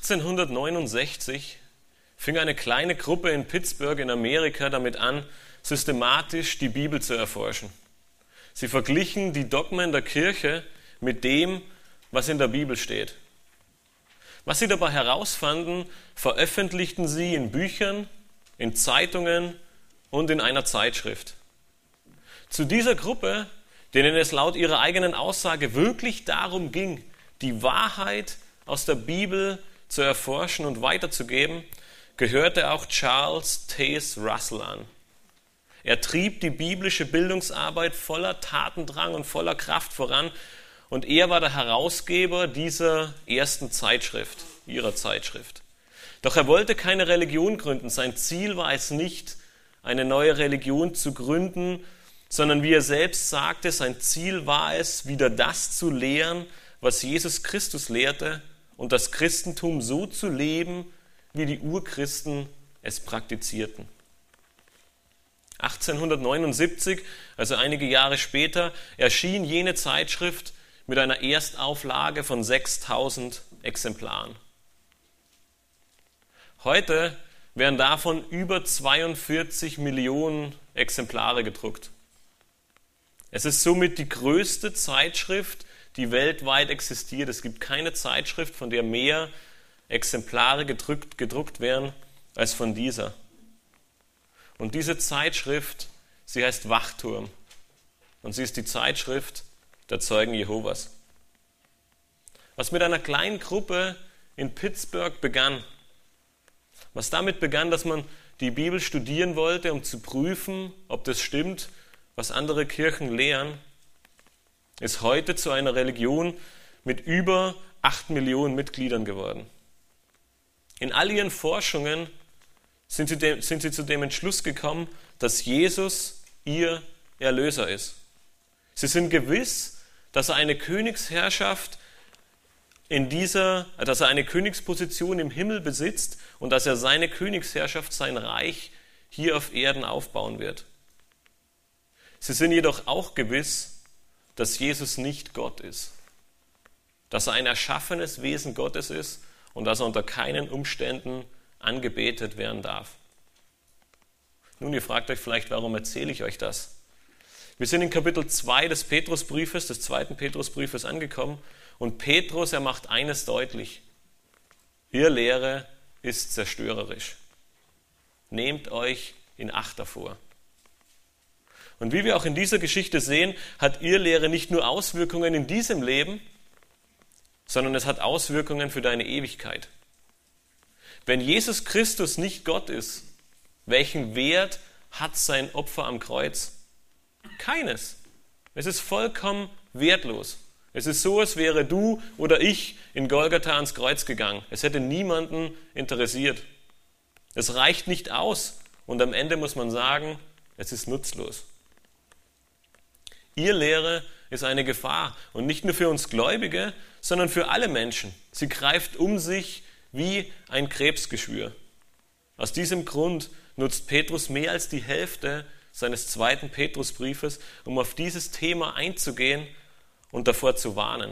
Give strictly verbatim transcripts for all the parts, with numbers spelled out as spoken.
achtzehnhundertneunundsechzig fing eine kleine Gruppe in Pittsburgh in Amerika damit an, systematisch die Bibel zu erforschen. Sie verglichen die Dogmen der Kirche mit dem, was in der Bibel steht. Was sie dabei herausfanden, veröffentlichten sie in Büchern, in Zeitungen und in einer Zeitschrift. Zu dieser Gruppe, denen es laut ihrer eigenen Aussage wirklich darum ging, die Wahrheit aus der Bibel zu erforschen und weiterzugeben, gehörte auch Charles Taze Russell an. Er trieb die biblische Bildungsarbeit voller Tatendrang und voller Kraft voran und er war der Herausgeber dieser ersten Zeitschrift, ihrer Zeitschrift. Doch er wollte keine Religion gründen. Sein Ziel war es nicht, eine neue Religion zu gründen, sondern wie er selbst sagte, sein Ziel war es, wieder das zu lehren, was Jesus Christus lehrte und das Christentum so zu leben, wie die Urchristen es praktizierten. achtzehnhundertneunundsiebzig, also einige Jahre später, erschien jene Zeitschrift mit einer Erstauflage von sechstausend Exemplaren. Heute werden davon über zweiundvierzig Millionen Exemplare gedruckt. Es ist somit die größte Zeitschrift, die weltweit existiert. Es gibt keine Zeitschrift, von der mehr Exemplare gedruckt, gedruckt werden als von dieser. Und diese Zeitschrift, sie heißt Wachturm. Und sie ist die Zeitschrift der Zeugen Jehovas. Was mit einer kleinen Gruppe in Pittsburgh begann, was damit begann, dass man die Bibel studieren wollte, um zu prüfen, ob das stimmt, was andere Kirchen lehren, ist heute zu einer Religion mit über acht Millionen Mitgliedern geworden. In all ihren Forschungen sind sie, de, sind sie zu dem Entschluss gekommen, dass Jesus ihr Erlöser ist. Sie sind gewiss, dass er eine Königsherrschaft in dieser, dass er eine Königsposition im Himmel besitzt und dass er seine Königsherrschaft, sein Reich hier auf Erden aufbauen wird. Sie sind jedoch auch gewiss, dass Jesus nicht Gott ist, dass er ein erschaffenes Wesen Gottes ist und dass er unter keinen Umständen angebetet werden darf. Nun, ihr fragt euch vielleicht, warum erzähle ich euch das? Wir sind in Kapitel zwei des Petrusbriefes, des zweiten Petrusbriefes angekommen und Petrus, er macht eines deutlich. Ihre Lehre ist zerstörerisch. Nehmt euch in Acht davor. Und wie wir auch in dieser Geschichte sehen, hat ihre Lehre nicht nur Auswirkungen in diesem Leben, sondern es hat Auswirkungen für deine Ewigkeit. Wenn Jesus Christus nicht Gott ist, welchen Wert hat sein Opfer am Kreuz? Keines. Es ist vollkommen wertlos. Es ist so, als wäre du oder ich in Golgatha ans Kreuz gegangen. Es hätte niemanden interessiert. Es reicht nicht aus und am Ende muss man sagen, es ist nutzlos. Ihre Lehre ist eine Gefahr und nicht nur für uns Gläubige, sondern für alle Menschen. Sie greift um sich wie ein Krebsgeschwür. Aus diesem Grund nutzt Petrus mehr als die Hälfte seines zweiten Petrusbriefes, um auf dieses Thema einzugehen und davor zu warnen.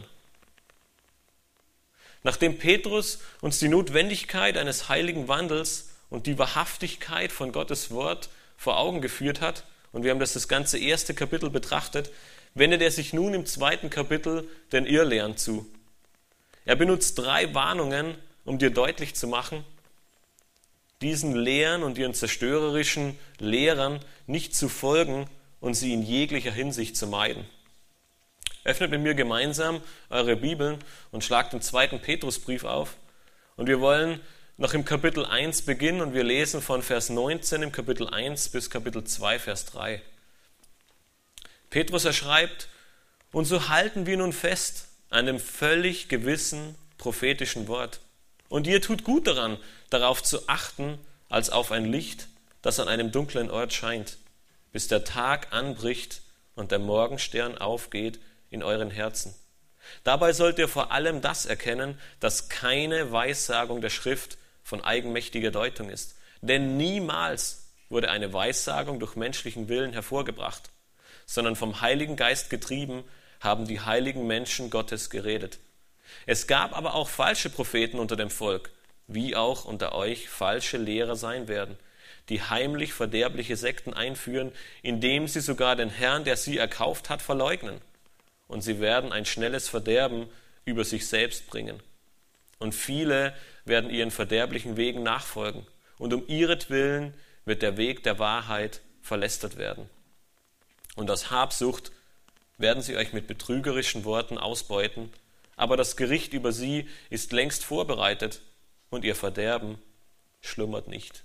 Nachdem Petrus uns die Notwendigkeit eines heiligen Wandels und die Wahrhaftigkeit von Gottes Wort vor Augen geführt hat, und wir haben das das ganze erste Kapitel betrachtet, wendet er sich nun im zweiten Kapitel den Irrlehren zu. Er benutzt drei Warnungen, um dir deutlich zu machen, diesen Lehren und ihren zerstörerischen Lehrern nicht zu folgen und sie in jeglicher Hinsicht zu meiden. Öffnet mit mir gemeinsam eure Bibeln und schlagt den zweiten Petrusbrief auf. Und wir wollen noch im Kapitel eins beginnen und wir lesen von Vers neunzehn im Kapitel eins bis Kapitel zwei, Vers drei. Petrus er schreibt, und so halten wir nun fest an dem völlig gewissen prophetischen Wort. Und ihr tut gut daran, darauf zu achten, als auf ein Licht, das an einem dunklen Ort scheint, bis der Tag anbricht und der Morgenstern aufgeht in euren Herzen. Dabei sollt ihr vor allem das erkennen, dass keine Weissagung der Schrift von eigenmächtiger Deutung ist. Denn niemals wurde eine Weissagung durch menschlichen Willen hervorgebracht, sondern vom Heiligen Geist getrieben haben die heiligen Menschen Gottes geredet. Es gab aber auch falsche Propheten unter dem Volk, wie auch unter euch falsche Lehrer sein werden, die heimlich verderbliche Sekten einführen, indem sie sogar den Herrn, der sie erkauft hat, verleugnen. Und sie werden ein schnelles Verderben über sich selbst bringen. Und viele werden ihren verderblichen Wegen nachfolgen. Und um ihretwillen wird der Weg der Wahrheit verlästert werden. Und aus Habsucht werden sie euch mit betrügerischen Worten ausbeuten, aber das Gericht über sie ist längst vorbereitet und ihr Verderben schlummert nicht.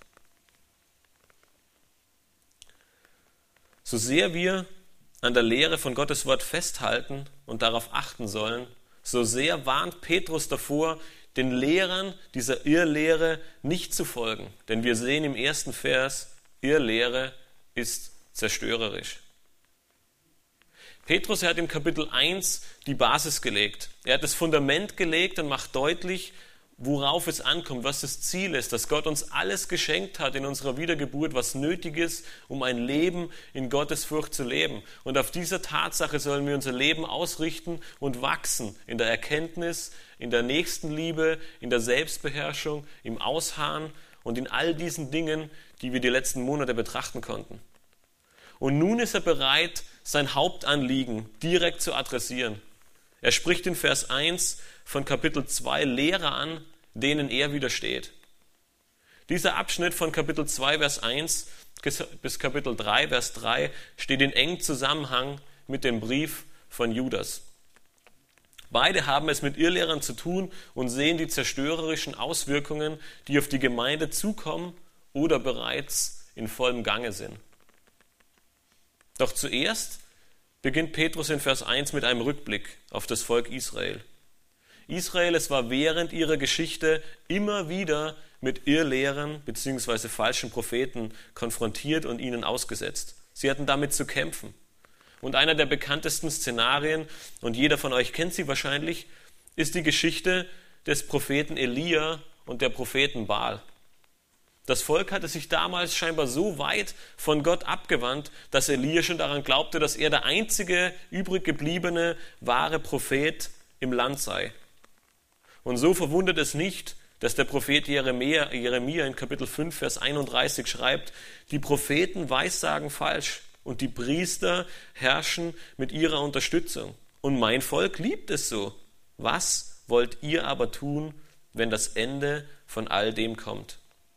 So sehr wir an der Lehre von Gottes Wort festhalten und darauf achten sollen, so sehr warnt Petrus davor, den Lehrern dieser Irrlehre nicht zu folgen. Denn wir sehen im ersten Vers, Irrlehre ist zerstörerisch. Petrus, er hat im Kapitel eins die Basis gelegt. Er hat das Fundament gelegt und macht deutlich, worauf es ankommt, was das Ziel ist, dass Gott uns alles geschenkt hat in unserer Wiedergeburt, was nötig ist, um ein Leben in Gottesfurcht zu leben. Und auf dieser Tatsache sollen wir unser Leben ausrichten und wachsen in der Erkenntnis, in der Nächstenliebe, in der Selbstbeherrschung, im Ausharren und in all diesen Dingen, die wir die letzten Monate betrachten konnten. Und nun ist er bereit, sein Hauptanliegen direkt zu adressieren. Er spricht in Vers eins von Kapitel zwei Lehrer an, denen er widersteht. Dieser Abschnitt von Kapitel zwei, Vers eins bis Kapitel drei, Vers drei steht in engem Zusammenhang mit dem Brief von Judas. Beide haben es mit Irrlehrern zu tun und sehen die zerstörerischen Auswirkungen, die auf die Gemeinde zukommen oder bereits in vollem Gange sind. Doch zuerst beginnt Petrus in Vers eins mit einem Rückblick auf das Volk Israel. Israel, es war während ihrer Geschichte immer wieder mit Irrlehrern bzw. falschen Propheten konfrontiert und ihnen ausgesetzt. Sie hatten damit zu kämpfen. Und einer der bekanntesten Szenarien, und jeder von euch kennt sie wahrscheinlich, ist die Geschichte des Propheten Elia und der Propheten Baal. Das Volk hatte sich damals scheinbar so weit von Gott abgewandt, dass Elia schon daran glaubte, dass er der einzige übrig gebliebene wahre Prophet im Land sei. Und so verwundert es nicht, dass der Prophet Jeremia, Jeremia in Kapitel fünf, Vers einunddreißig schreibt, die Propheten weissagen falsch und die Priester herrschen mit ihrer Unterstützung. Und mein Volk liebt es so. Was wollt ihr aber tun, wenn das Ende von all dem kommt?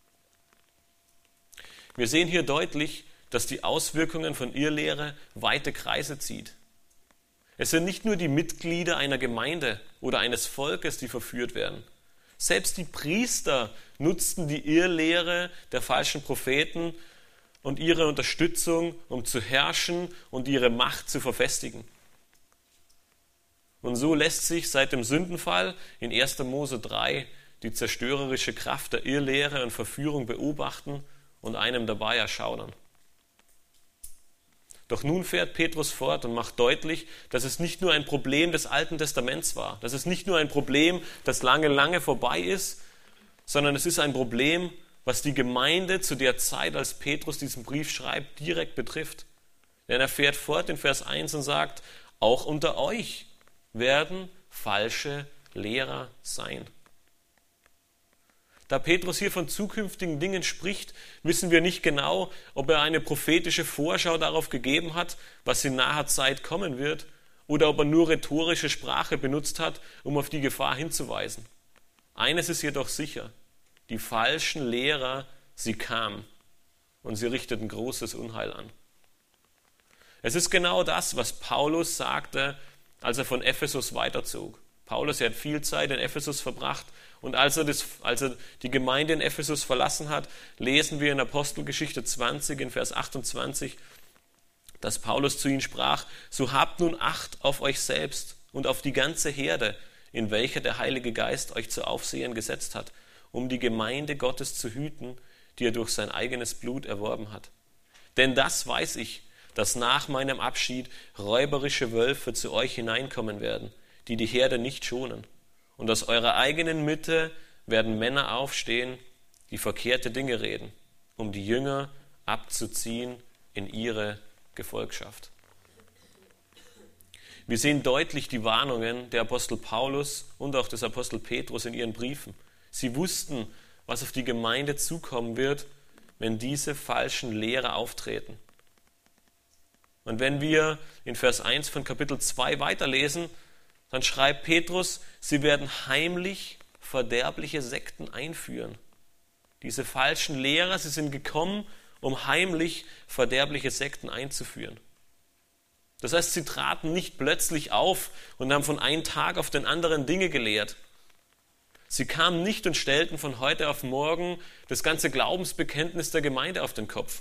Wir sehen hier deutlich, dass die Auswirkungen von Irrlehre weite Kreise zieht. Es sind nicht nur die Mitglieder einer Gemeinde oder eines Volkes, die verführt werden. Selbst die Priester nutzten die Irrlehre der falschen Propheten und ihre Unterstützung, um zu herrschen und ihre Macht zu verfestigen. Und so lässt sich seit dem Sündenfall in erster Mose drei die zerstörerische Kraft der Irrlehre und Verführung beobachten und einem dabei erschaudern. Doch nun fährt Petrus fort und macht deutlich, dass es nicht nur ein Problem des Alten Testaments war, dass es nicht nur ein Problem, das lange, lange vorbei ist, sondern es ist ein Problem, was die Gemeinde zu der Zeit, als Petrus diesen Brief schreibt, direkt betrifft. Denn er fährt fort in Vers eins und sagt, auch unter euch werden falsche Lehrer sein. Da Petrus hier von zukünftigen Dingen spricht, wissen wir nicht genau, ob er eine prophetische Vorschau darauf gegeben hat, was in naher Zeit kommen wird, oder ob er nur rhetorische Sprache benutzt hat, um auf die Gefahr hinzuweisen. Eines ist jedoch sicher, die falschen Lehrer, sie kamen und sie richteten großes Unheil an. Es ist genau das, was Paulus sagte, als er von Ephesus weiterzog. Paulus, er hat viel Zeit in Ephesus verbracht und als er, das, als er die Gemeinde in Ephesus verlassen hat, lesen wir in Apostelgeschichte zwanzig, in Vers achtundzwanzig, dass Paulus zu ihnen sprach, so habt nun Acht auf euch selbst und auf die ganze Herde, in welcher der Heilige Geist euch zu Aufsehern gesetzt hat, um die Gemeinde Gottes zu hüten, die er durch sein eigenes Blut erworben hat. Denn das weiß ich, dass nach meinem Abschied räuberische Wölfe zu euch hineinkommen werden, die die Herde nicht schonen. Und aus eurer eigenen Mitte werden Männer aufstehen, die verkehrte Dinge reden, um die Jünger abzuziehen in ihre Gefolgschaft. Wir sehen deutlich die Warnungen der Apostel Paulus und auch des Apostel Petrus in ihren Briefen. Sie wussten, was auf die Gemeinde zukommen wird, wenn diese falschen Lehrer auftreten. Und wenn wir in Vers eins von Kapitel zwei weiterlesen, dann schreibt Petrus, sie werden heimlich verderbliche Sekten einführen. Diese falschen Lehrer, sie sind gekommen, um heimlich verderbliche Sekten einzuführen. Das heißt, sie traten nicht plötzlich auf und haben von einem Tag auf den anderen Dinge gelehrt. Sie kamen nicht und stellten von heute auf morgen das ganze Glaubensbekenntnis der Gemeinde auf den Kopf.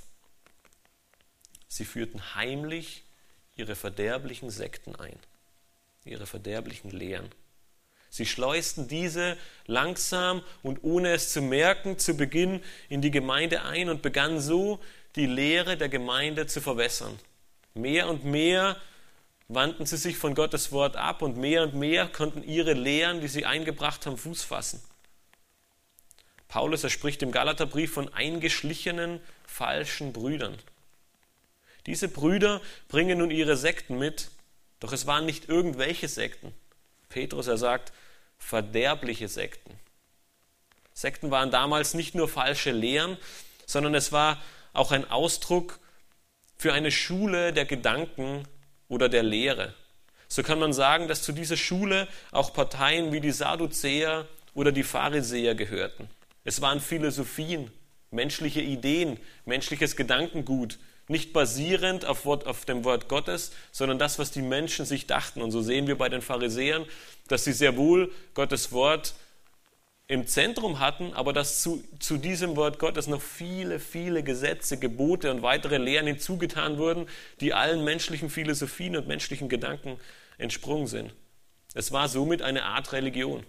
Sie führten heimlich ihre verderblichen Sekten ein, ihre verderblichen Lehren. Sie schleusten diese langsam und ohne es zu merken zu Beginn in die Gemeinde ein und begannen so, die Lehre der Gemeinde zu verwässern. Mehr und mehr wandten sie sich von Gottes Wort ab und mehr und mehr konnten ihre Lehren, die sie eingebracht haben, Fuß fassen. Paulus, er spricht im Galaterbrief von eingeschlichenen, falschen Brüdern. Diese Brüder bringen nun ihre Sekten mit, doch es waren nicht irgendwelche Sekten. Petrus, er sagt, verderbliche Sekten. Sekten waren damals nicht nur falsche Lehren, sondern es war auch ein Ausdruck für eine Schule der Gedanken oder der Lehre. So kann man sagen, dass zu dieser Schule auch Parteien wie die Sadduzäer oder die Pharisäer gehörten. Es waren Philosophien, menschliche Ideen, menschliches Gedankengut, nicht basierend auf, Wort, auf dem Wort Gottes, sondern das, was die Menschen sich dachten. Und so sehen wir bei den Pharisäern, dass sie sehr wohl Gottes Wort im Zentrum hatten, aber dass zu, zu diesem Wort Gottes noch viele, viele Gesetze, Gebote und weitere Lehren hinzugetan wurden, die allen menschlichen Philosophien und menschlichen Gedanken entsprungen sind. Es war somit eine Art Religion.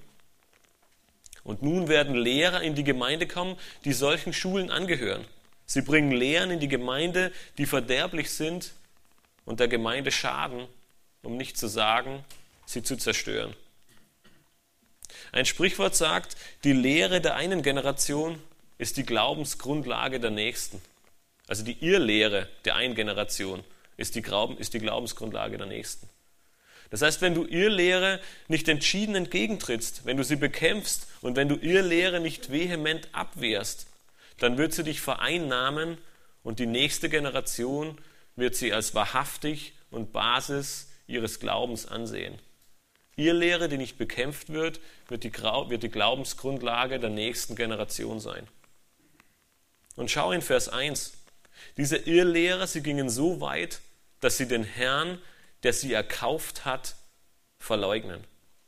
Und nun werden Lehrer in die Gemeinde kommen, die solchen Schulen angehören. Sie bringen Lehren in die Gemeinde, die verderblich sind und der Gemeinde schaden, um nicht zu sagen, sie zu zerstören. Ein Sprichwort sagt, die Lehre der einen Generation ist die Glaubensgrundlage der nächsten. Also die Irrlehre der einen Generation ist die, Glauben, ist die Glaubensgrundlage der nächsten. Das heißt, wenn du Irrlehre nicht entschieden entgegentrittst, wenn du sie bekämpfst und wenn du Irrlehre nicht vehement abwehrst, dann wird sie dich vereinnahmen und die nächste Generation wird sie als wahrhaftig und Basis ihres Glaubens ansehen. Irrlehre, die nicht bekämpft wird, wird die, wird die Glaubensgrundlage der nächsten Generation sein. Und schau in Vers eins. Diese Irrlehrer, sie gingen so weit, dass sie den Herrn, der sie erkauft hat, verleugnen.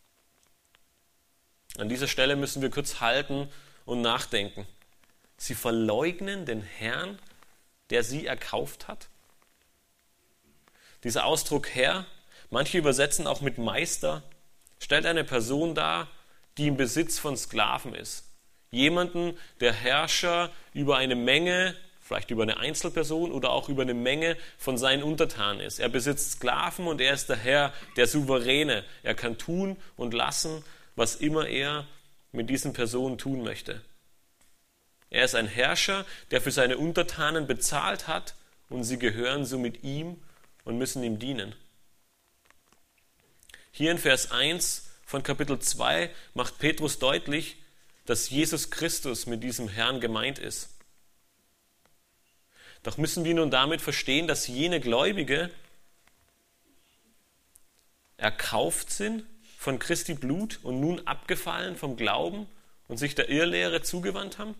An dieser Stelle müssen wir kurz halten und nachdenken. Sie verleugnen den Herrn, der sie erkauft hat. Dieser Ausdruck Herr, manche übersetzen auch mit Meister, stellt eine Person dar, die im Besitz von Sklaven ist. Jemanden, der Herrscher über eine Menge, vielleicht über eine Einzelperson oder auch über eine Menge von seinen Untertanen ist. Er besitzt Sklaven und er ist der Herr, der Souveräne. Er kann tun und lassen, was immer er mit diesen Personen tun möchte. Er ist ein Herrscher, der für seine Untertanen bezahlt hat und sie gehören somit ihm und müssen ihm dienen. Hier in Vers eins von Kapitel zwei macht Petrus deutlich, dass Jesus Christus mit diesem Herrn gemeint ist. Doch müssen wir nun damit verstehen, dass jene Gläubige erkauft sind von Christi Blut und nun abgefallen vom Glauben und sich der Irrlehre zugewandt haben?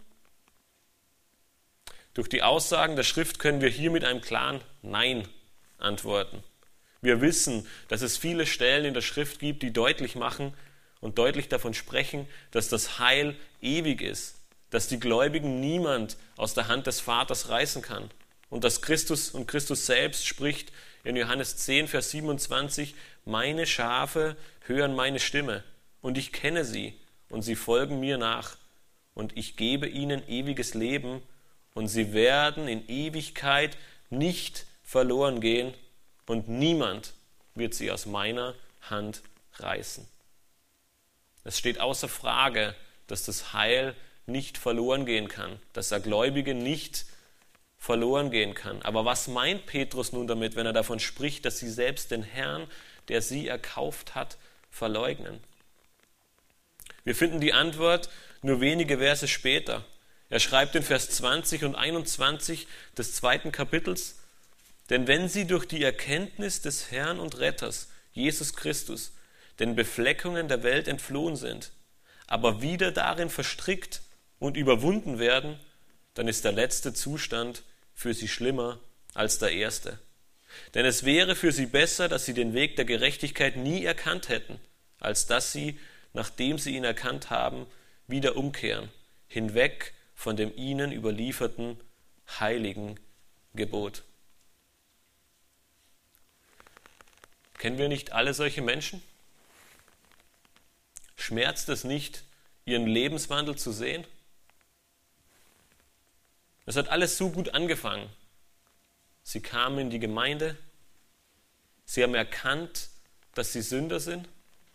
Durch die Aussagen der Schrift können wir hier mit einem klaren Nein antworten. Wir wissen, dass es viele Stellen in der Schrift gibt, die deutlich machen und deutlich davon sprechen, dass das Heil ewig ist, dass die Gläubigen niemand aus der Hand des Vaters reißen kann und dass Christus und Christus selbst spricht in Johannes zehn, Vers siebenundzwanzig, meine Schafe hören meine Stimme und ich kenne sie und sie folgen mir nach und ich gebe ihnen ewiges Leben und sie werden in Ewigkeit nicht verloren gehen und niemand wird sie aus meiner Hand reißen. Es steht außer Frage, dass das Heil nicht verloren gehen kann, dass der Gläubige nicht verloren gehen kann. Aber was meint Petrus nun damit, wenn er davon spricht, dass sie selbst den Herrn, der sie erkauft hat, verleugnen? Wir finden die Antwort nur wenige Verse später. Er schreibt in Vers zwanzig und einundzwanzig des zweiten Kapitels: Denn wenn sie durch die Erkenntnis des Herrn und Retters, Jesus Christus, den Befleckungen der Welt entflohen sind, aber wieder darin verstrickt und überwunden werden, dann ist der letzte Zustand für sie schlimmer als der erste. Denn es wäre für sie besser, dass sie den Weg der Gerechtigkeit nie erkannt hätten, als dass sie, nachdem sie ihn erkannt haben, wieder umkehren, hinweg von dem ihnen überlieferten heiligen Gebot. Kennen wir nicht alle solche Menschen? Schmerzt es nicht, ihren Lebenswandel zu sehen? Es hat alles so gut angefangen. Sie kamen in die Gemeinde, sie haben erkannt, dass sie Sünder sind.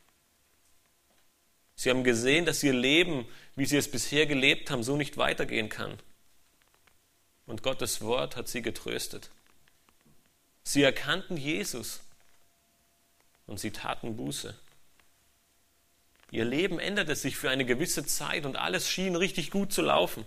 Sie haben gesehen, dass ihr Leben, wie sie es bisher gelebt haben, so nicht weitergehen kann. Und Gottes Wort hat sie getröstet. Sie erkannten Jesus und sie taten Buße. Ihr Leben änderte sich für eine gewisse Zeit und alles schien richtig gut zu laufen.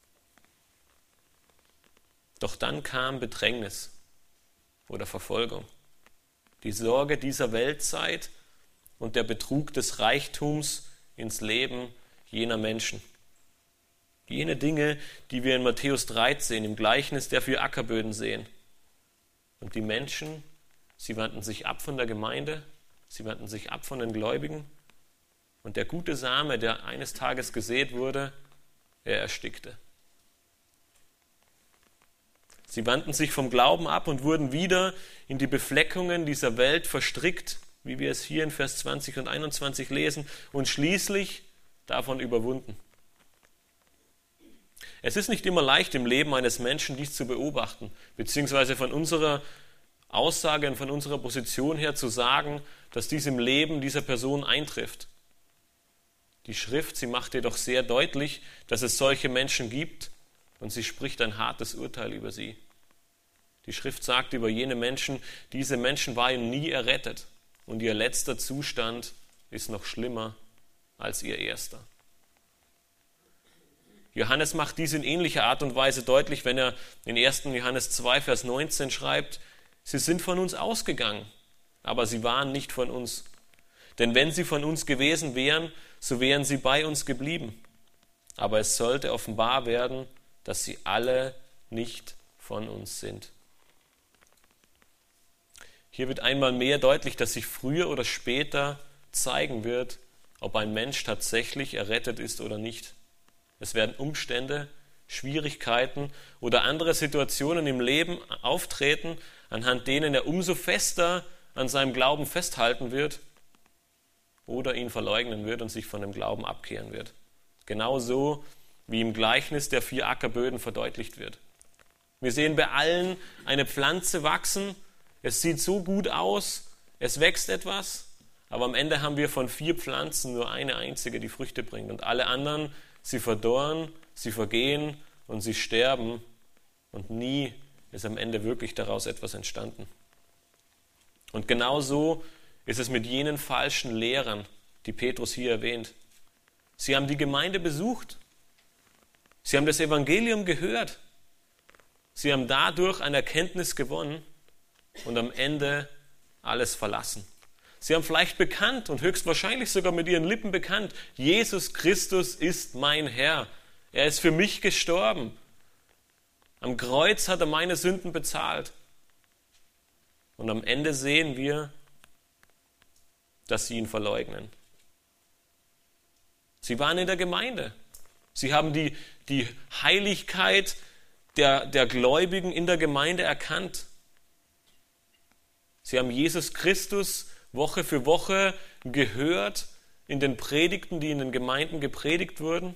Doch dann kam Bedrängnis oder Verfolgung, die Sorge dieser Weltzeit und der Betrug des Reichtums ins Leben jener Menschen. Jene Dinge, die wir in Matthäus dreizehn im Gleichnis der vier Ackerböden sehen. Und die Menschen, sie wandten sich ab von der Gemeinde, sie wandten sich ab von den Gläubigen. Und der gute Same, der eines Tages gesät wurde, er erstickte. Sie wandten sich vom Glauben ab und wurden wieder in die Befleckungen dieser Welt verstrickt, wie wir es hier in Vers zwanzig und einundzwanzig lesen, und schließlich davon überwunden. Es ist nicht immer leicht im Leben eines Menschen, dies zu beobachten, beziehungsweise von unserer Aussage und von unserer Position her zu sagen, dass dies im Leben dieser Person eintrifft. Die Schrift, sie macht jedoch sehr deutlich, dass es solche Menschen gibt, und sie spricht ein hartes Urteil über sie. Die Schrift sagt über jene Menschen, diese Menschen waren nie errettet und ihr letzter Zustand ist noch schlimmer als ihr erster. Johannes macht dies in ähnlicher Art und Weise deutlich, wenn er in ersten Johannes zwei, Vers neunzehn schreibt: Sie sind von uns ausgegangen, aber sie waren nicht von uns. Denn wenn sie von uns gewesen wären, so wären sie bei uns geblieben. Aber es sollte offenbar werden, dass sie alle nicht von uns sind. Hier wird einmal mehr deutlich, dass sich früher oder später zeigen wird, ob ein Mensch tatsächlich errettet ist oder nicht. Es werden Umstände, Schwierigkeiten oder andere Situationen im Leben auftreten, anhand denen er umso fester an seinem Glauben festhalten wird oder ihn verleugnen wird und sich von dem Glauben abkehren wird. Genauso wie im Gleichnis der vier Ackerböden verdeutlicht wird. Wir sehen bei allen eine Pflanze wachsen, es sieht so gut aus, es wächst etwas, aber am Ende haben wir von vier Pflanzen nur eine einzige, die Früchte bringt. Und alle anderen, sie verdorren, sie vergehen und sie sterben und nie ist am Ende wirklich daraus etwas entstanden. Und genauso ist es mit jenen falschen Lehrern, die Petrus hier erwähnt. Sie haben die Gemeinde besucht. Sie haben das Evangelium gehört. Sie haben dadurch eine Erkenntnis gewonnen und am Ende alles verlassen. Sie haben vielleicht bekannt und höchstwahrscheinlich sogar mit ihren Lippen bekannt: Jesus Christus ist mein Herr. Er ist für mich gestorben. Am Kreuz hat er meine Sünden bezahlt. Und am Ende sehen wir, dass sie ihn verleugnen. Sie waren in der Gemeinde. Sie haben die, die Heiligkeit der, der Gläubigen in der Gemeinde erkannt. Sie haben Jesus Christus Woche für Woche gehört in den Predigten, die in den Gemeinden gepredigt wurden.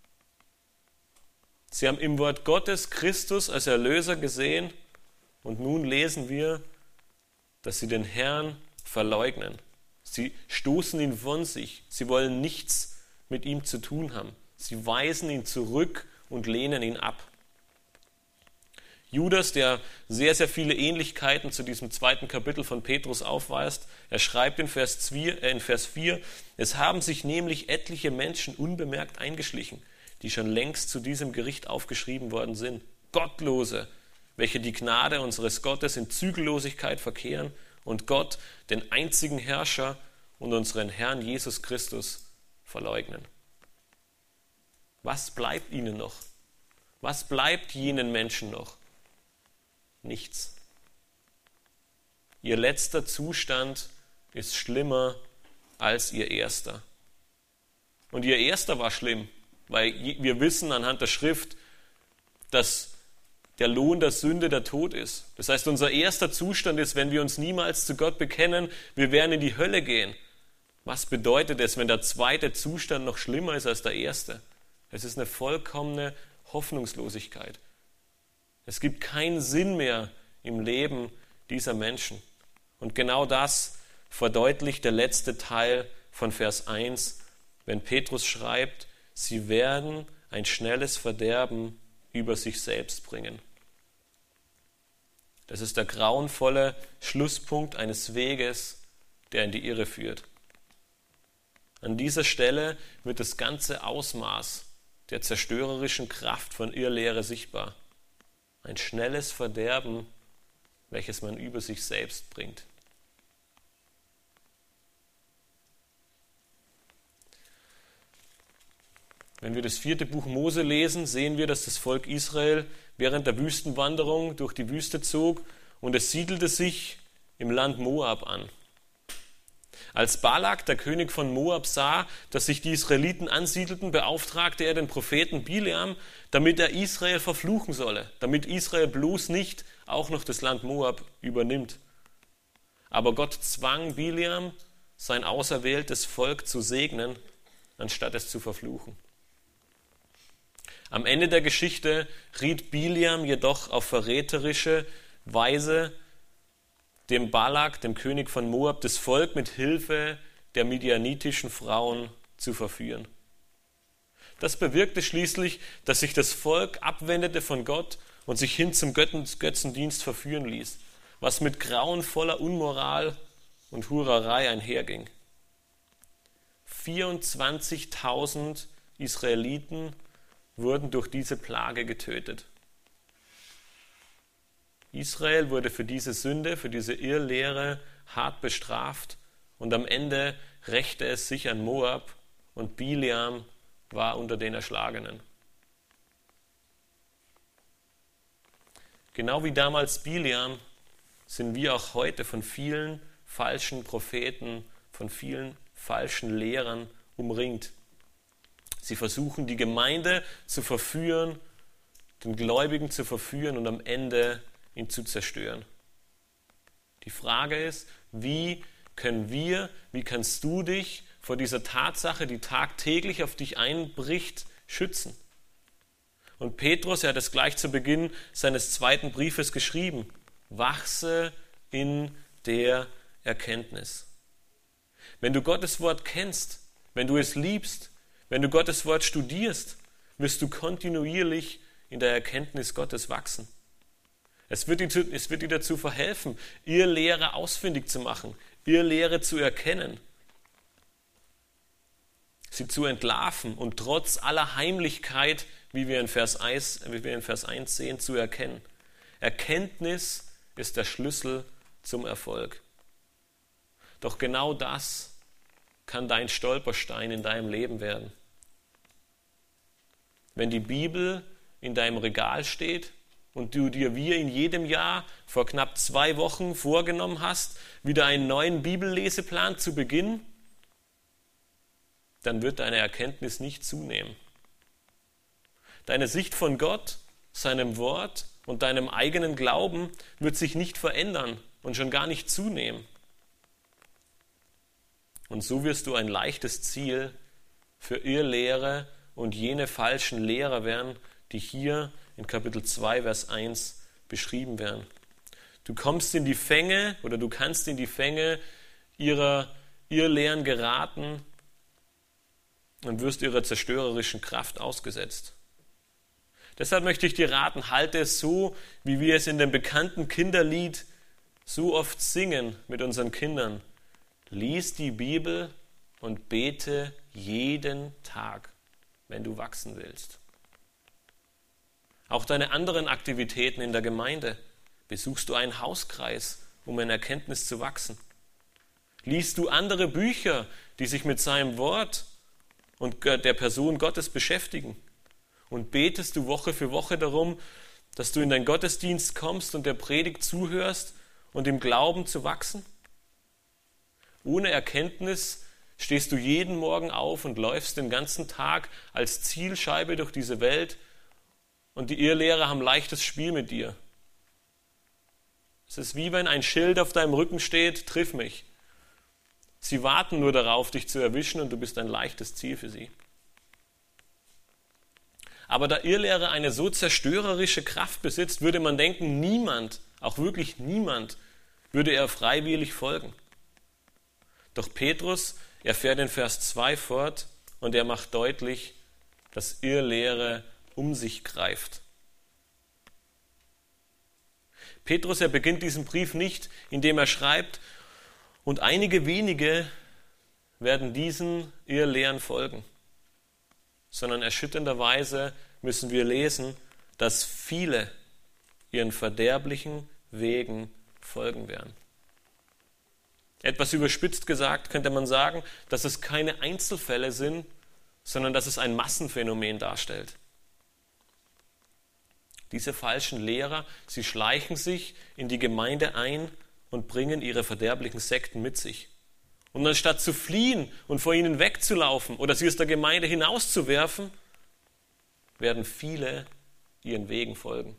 Sie haben im Wort Gottes Christus als Erlöser gesehen und nun lesen wir, dass sie den Herrn verleugnen. Sie stoßen ihn von sich. Sie wollen nichts mit ihm zu tun haben. Sie weisen ihn zurück und lehnen ihn ab. Judas, der sehr, sehr viele Ähnlichkeiten zu diesem zweiten Kapitel von Petrus aufweist, er schreibt in Vers vier, es haben sich nämlich etliche Menschen unbemerkt eingeschlichen, die schon längst zu diesem Gericht aufgeschrieben worden sind. Gottlose, welche die Gnade unseres Gottes in Zügellosigkeit verkehren und Gott, den einzigen Herrscher und unseren Herrn Jesus Christus, verleugnen. Was bleibt ihnen noch? Was bleibt jenen Menschen noch? Nichts. Ihr letzter Zustand ist schlimmer als ihr erster. Und ihr erster war schlimm, weil wir wissen anhand der Schrift, dass der Lohn der Sünde der Tod ist. Das heißt, unser erster Zustand ist, wenn wir uns niemals zu Gott bekennen, wir werden in die Hölle gehen. Was bedeutet es, wenn der zweite Zustand noch schlimmer ist als der erste? Es ist eine vollkommene Hoffnungslosigkeit. Es gibt keinen Sinn mehr im Leben dieser Menschen. Und genau das verdeutlicht der letzte Teil von Vers eins, wenn Petrus schreibt, sie werden ein schnelles Verderben über sich selbst bringen. Das ist der grauenvolle Schlusspunkt eines Weges, der in die Irre führt. An dieser Stelle wird das ganze Ausmaß der zerstörerischen Kraft von Irrlehre sichtbar. Ein schnelles Verderben, welches man über sich selbst bringt. Wenn wir das vierte Buch Mose lesen, sehen wir, dass das Volk Israel während der Wüstenwanderung durch die Wüste zog und es siedelte sich im Land Moab an. Als Balak, der König von Moab, sah, dass sich die Israeliten ansiedelten, beauftragte er den Propheten Bileam, damit er Israel verfluchen solle, damit Israel bloß nicht auch noch das Land Moab übernimmt. Aber Gott zwang Bileam, sein auserwähltes Volk zu segnen, anstatt es zu verfluchen. Am Ende der Geschichte riet Bileam jedoch auf verräterische Weise dem Balak, dem König von Moab, das Volk mit Hilfe der midianitischen Frauen zu verführen. Das bewirkte schließlich, dass sich das Volk abwendete von Gott und sich hin zum Götzendienst verführen ließ, was mit grauenvoller Unmoral und Hurerei einherging. vierundzwanzigtausend Israeliten wurden durch diese Plage getötet. Israel wurde für diese Sünde, für diese Irrlehre hart bestraft und am Ende rächte es sich an Moab und Bileam war unter den Erschlagenen. Genau wie damals Bileam sind wir auch heute von vielen falschen Propheten, von vielen falschen Lehrern umringt. Sie versuchen, die Gemeinde zu verführen, den Gläubigen zu verführen und am Ende ihn zu zerstören. Die Frage ist, wie können wir, wie kannst du dich vor dieser Tatsache, die tagtäglich auf dich einbricht, schützen? Und Petrus, er hat es gleich zu Beginn seines zweiten Briefes geschrieben, wachse in der Erkenntnis. Wenn du Gottes Wort kennst, wenn du es liebst, wenn du Gottes Wort studierst, wirst du kontinuierlich in der Erkenntnis Gottes wachsen. Es wird, dir, es wird dir dazu verhelfen, Irrlehre ausfindig zu machen, Irrlehre zu erkennen, sie zu entlarven und trotz aller Heimlichkeit, wie wir in Vers eins, wie wir in Vers eins sehen, zu erkennen. Erkenntnis ist der Schlüssel zum Erfolg. Doch genau das kann dein Stolperstein in deinem Leben werden. Wenn die Bibel in deinem Regal steht und du dir wie in jedem Jahr vor knapp zwei Wochen vorgenommen hast, wieder einen neuen Bibelleseplan zu beginnen, dann wird deine Erkenntnis nicht zunehmen. Deine Sicht von Gott, seinem Wort und deinem eigenen Glauben wird sich nicht verändern und schon gar nicht zunehmen. Und so wirst du ein leichtes Ziel für Irrlehre und jene falschen Lehrer werden, die hier in Kapitel zwei, Vers eins beschrieben werden. Du kommst in die Fänge oder du kannst in die Fänge ihrer Irrlehren geraten und wirst ihrer zerstörerischen Kraft ausgesetzt. Deshalb möchte ich dir raten, halte es so, wie wir es in dem bekannten Kinderlied so oft singen mit unseren Kindern. Lies die Bibel und bete jeden Tag, wenn du wachsen willst. Auch deine anderen Aktivitäten in der Gemeinde. Besuchst du einen Hauskreis, um in Erkenntnis zu wachsen? Liest du andere Bücher, die sich mit seinem Wort und der Person Gottes beschäftigen? Und betest du Woche für Woche darum, dass du in deinen Gottesdienst kommst und der Predigt zuhörst und im Glauben zu wachsen? Ohne Erkenntnis stehst du jeden Morgen auf und läufst den ganzen Tag als Zielscheibe durch diese Welt und die Irrlehrer haben leichtes Spiel mit dir. Es ist wie wenn ein Schild auf deinem Rücken steht, triff mich. Sie warten nur darauf, dich zu erwischen und du bist ein leichtes Ziel für sie. Aber da Irrlehre eine so zerstörerische Kraft besitzt, würde man denken, niemand, auch wirklich niemand, würde er freiwillig folgen. Doch Petrus, er fährt in Vers zwei fort und er macht deutlich, dass Irrlehre um sich greift. Petrus, er beginnt diesen Brief nicht, indem er schreibt, und einige wenige werden diesen Irrlehren folgen, sondern erschütternderweise müssen wir lesen, dass viele ihren verderblichen Wegen folgen werden. Etwas überspitzt gesagt könnte man sagen, dass es keine Einzelfälle sind, sondern dass es ein Massenphänomen darstellt. Diese falschen Lehrer, sie schleichen sich in die Gemeinde ein und bringen ihre verderblichen Sekten mit sich. Und anstatt zu fliehen und vor ihnen wegzulaufen oder sie aus der Gemeinde hinauszuwerfen, werden viele ihren Wegen folgen.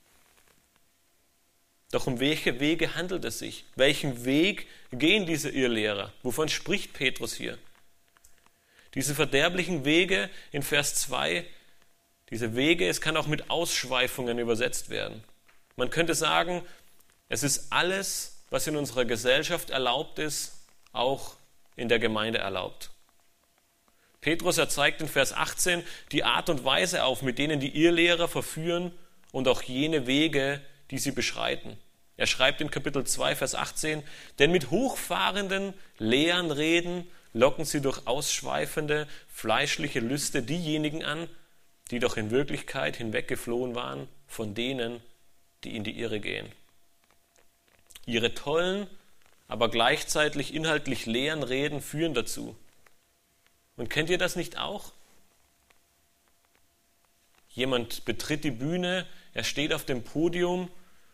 Doch um welche Wege handelt es sich? Welchen Weg gehen diese Irrlehrer? Wovon spricht Petrus hier? Diese verderblichen Wege in Vers zwei, diese Wege, es kann auch mit Ausschweifungen übersetzt werden. Man könnte sagen, es ist alles, was in unserer Gesellschaft erlaubt ist, auch in der Gemeinde erlaubt. Petrus, er zeigt in Vers achtzehn die Art und Weise auf, mit denen die Irrlehrer verführen und auch jene Wege, die sie beschreiten. Er schreibt in Kapitel zwei, Vers achtzehn, denn mit hochfahrenden leeren Reden locken sie durch ausschweifende, fleischliche Lüste diejenigen an, die doch in Wirklichkeit hinweggeflohen waren von denen, die in die Irre gehen. Ihre tollen, aber gleichzeitig inhaltlich leeren Reden führen dazu. Und kennt ihr das nicht auch? Jemand betritt die Bühne, er steht auf dem Podium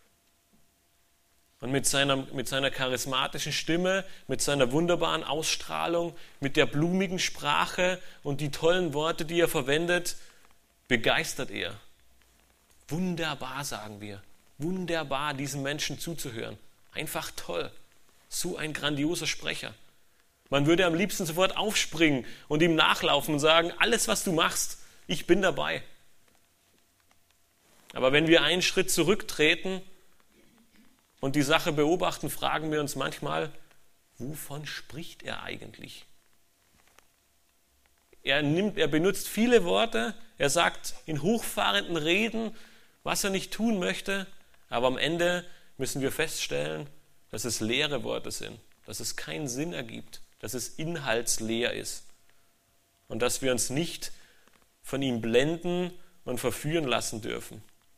und mit seiner, mit seiner charismatischen Stimme, mit seiner wunderbaren Ausstrahlung, mit der blumigen Sprache und die tollen Worte, die er verwendet, begeistert er. Wunderbar, sagen wir. Wunderbar, diesen Menschen zuzuhören. Einfach toll. So ein grandioser Sprecher. Man würde am liebsten sofort aufspringen und ihm nachlaufen und sagen, alles, was du machst, ich bin dabei. Aber wenn wir einen Schritt zurücktreten und die Sache beobachten, fragen wir uns manchmal, wovon spricht er eigentlich? Er nimmt, er benutzt viele Worte, er sagt in hochfahrenden Reden, was er nicht tun möchte, aber am Ende müssen wir feststellen, dass es leere Worte sind, dass es keinen Sinn ergibt, dass es inhaltsleer ist und dass wir uns nicht von ihm blenden und verführen lassen dürfen.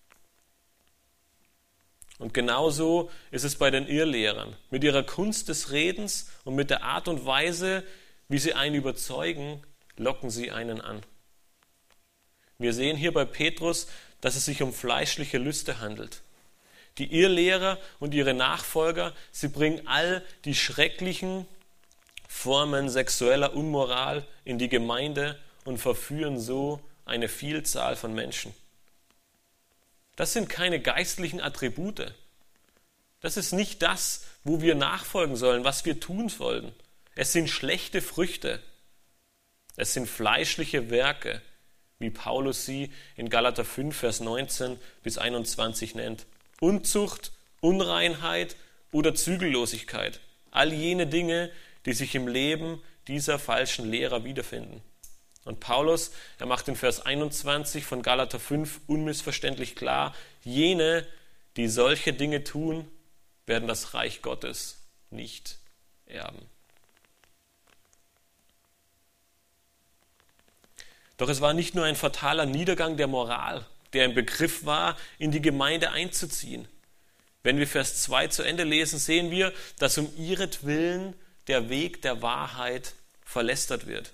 Und genauso ist es bei den Irrlehrern. Mit ihrer Kunst des Redens und mit der Art und Weise, wie sie einen überzeugen, locken sie einen an. Wir sehen hier bei Petrus, dass es sich um fleischliche Lüste handelt. Die Irrlehrer und ihre Nachfolger, sie bringen all die schrecklichen Formen sexueller Unmoral in die Gemeinde und verführen so eine Vielzahl von Menschen. Das sind keine geistlichen Attribute. Das ist nicht das, wo wir nachfolgen sollen, was wir tun sollen. Es sind schlechte Früchte. Es sind fleischliche Werke, wie Paulus sie in Galater fünf, Vers neunzehn bis einundzwanzig nennt. Unzucht, Unreinheit oder Zügellosigkeit. All jene Dinge, die sich im Leben dieser falschen Lehrer wiederfinden. Und Paulus, er macht in Vers einundzwanzig von Galater fünf unmissverständlich klar, jene, die solche Dinge tun, werden das Reich Gottes nicht erben. Doch es war nicht nur ein fataler Niedergang der Moral, der im Begriff war, in die Gemeinde einzuziehen. Wenn wir Vers zwei zu Ende lesen, sehen wir, dass um ihretwillen der Weg der Wahrheit verlästert wird.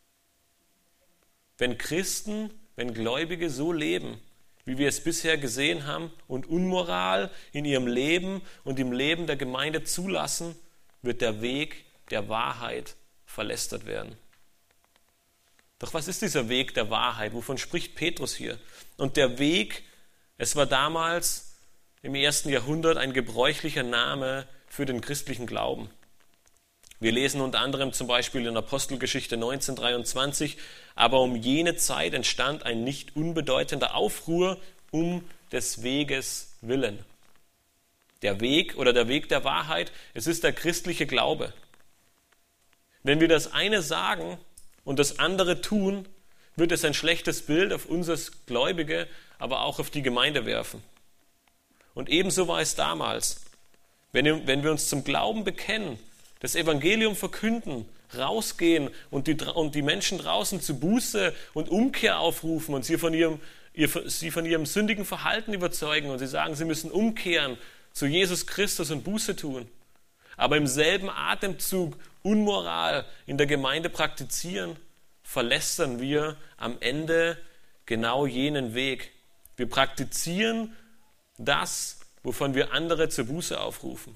Wenn Christen, wenn Gläubige so leben, wie wir es bisher gesehen haben, und Unmoral in ihrem Leben und im Leben der Gemeinde zulassen, wird der Weg der Wahrheit verlästert werden. Doch was ist dieser Weg der Wahrheit? Wovon spricht Petrus hier? Und der Weg, es war damals im ersten Jahrhundert ein gebräuchlicher Name für den christlichen Glauben. Wir lesen unter anderem zum Beispiel in Apostelgeschichte neunzehn dreiundzwanzig, aber um jene Zeit entstand ein nicht unbedeutender Aufruhr um des Weges willen. Der Weg oder der Weg der Wahrheit, es ist der christliche Glaube. Wenn wir das eine sagen und das andere tun, wird es ein schlechtes Bild auf uns als Gläubige, aber auch auf die Gemeinde werfen. Und ebenso war es damals. Wenn, wenn wir uns zum Glauben bekennen, das Evangelium verkünden, rausgehen und die, und die Menschen draußen zu Buße und Umkehr aufrufen und sie von, ihrem, ihr, sie von ihrem sündigen Verhalten überzeugen und sie sagen, sie müssen umkehren zu Jesus Christus und Buße tun, aber im selben Atemzug Unmoral in der Gemeinde praktizieren, verlästern wir am Ende genau jenen Weg. Wir praktizieren das, wovon wir andere zur Buße aufrufen.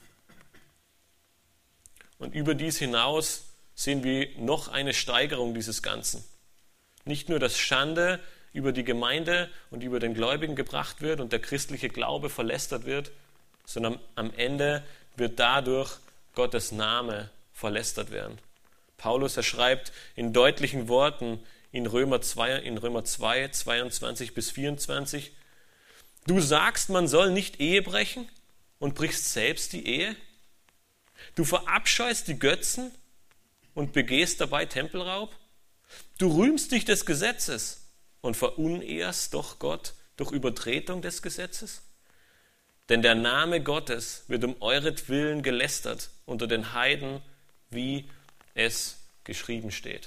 Und über dies hinaus sehen wir noch eine Steigerung dieses Ganzen. Nicht nur, dass Schande über die Gemeinde und über den Gläubigen gebracht wird und der christliche Glaube verlästert wird, sondern am Ende wird dadurch Gottes Name verlästert werden. Paulus, er schreibt in deutlichen Worten in Römer zwei, in Römer zwei, zweiundzwanzig bis vierundzwanzig, du sagst, man soll nicht Ehe brechen und brichst selbst die Ehe? Du verabscheust die Götzen und begehst dabei Tempelraub? Du rühmst dich des Gesetzes und verunehrst doch Gott durch Übertretung des Gesetzes? Denn der Name Gottes wird um euretwillen gelästert unter den Heiden, wie es geschrieben steht.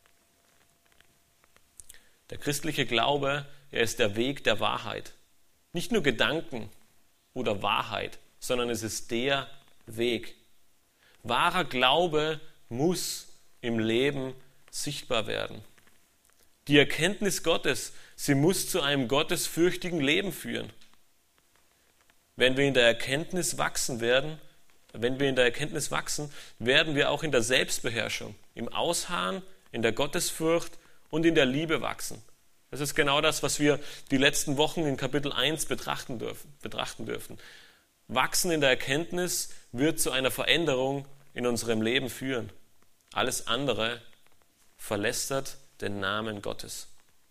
Der christliche Glaube, er ist der Weg der Wahrheit. Nicht nur Gedanken oder Wahrheit, sondern es ist der Weg. Wahrer Glaube muss im Leben sichtbar werden. Die Erkenntnis Gottes, sie muss zu einem gottesfürchtigen Leben führen. Wenn wir in der Erkenntnis wachsen werden, wenn wir in der Erkenntnis wachsen, werden wir auch in der Selbstbeherrschung, im Ausharren, in der Gottesfurcht und in der Liebe wachsen. Das ist genau das, was wir die letzten Wochen in Kapitel eins betrachten dürfen, betrachten dürften. Wachsen in der Erkenntnis wird zu einer Veränderung in unserem Leben führen. Alles andere verlästert den Namen Gottes.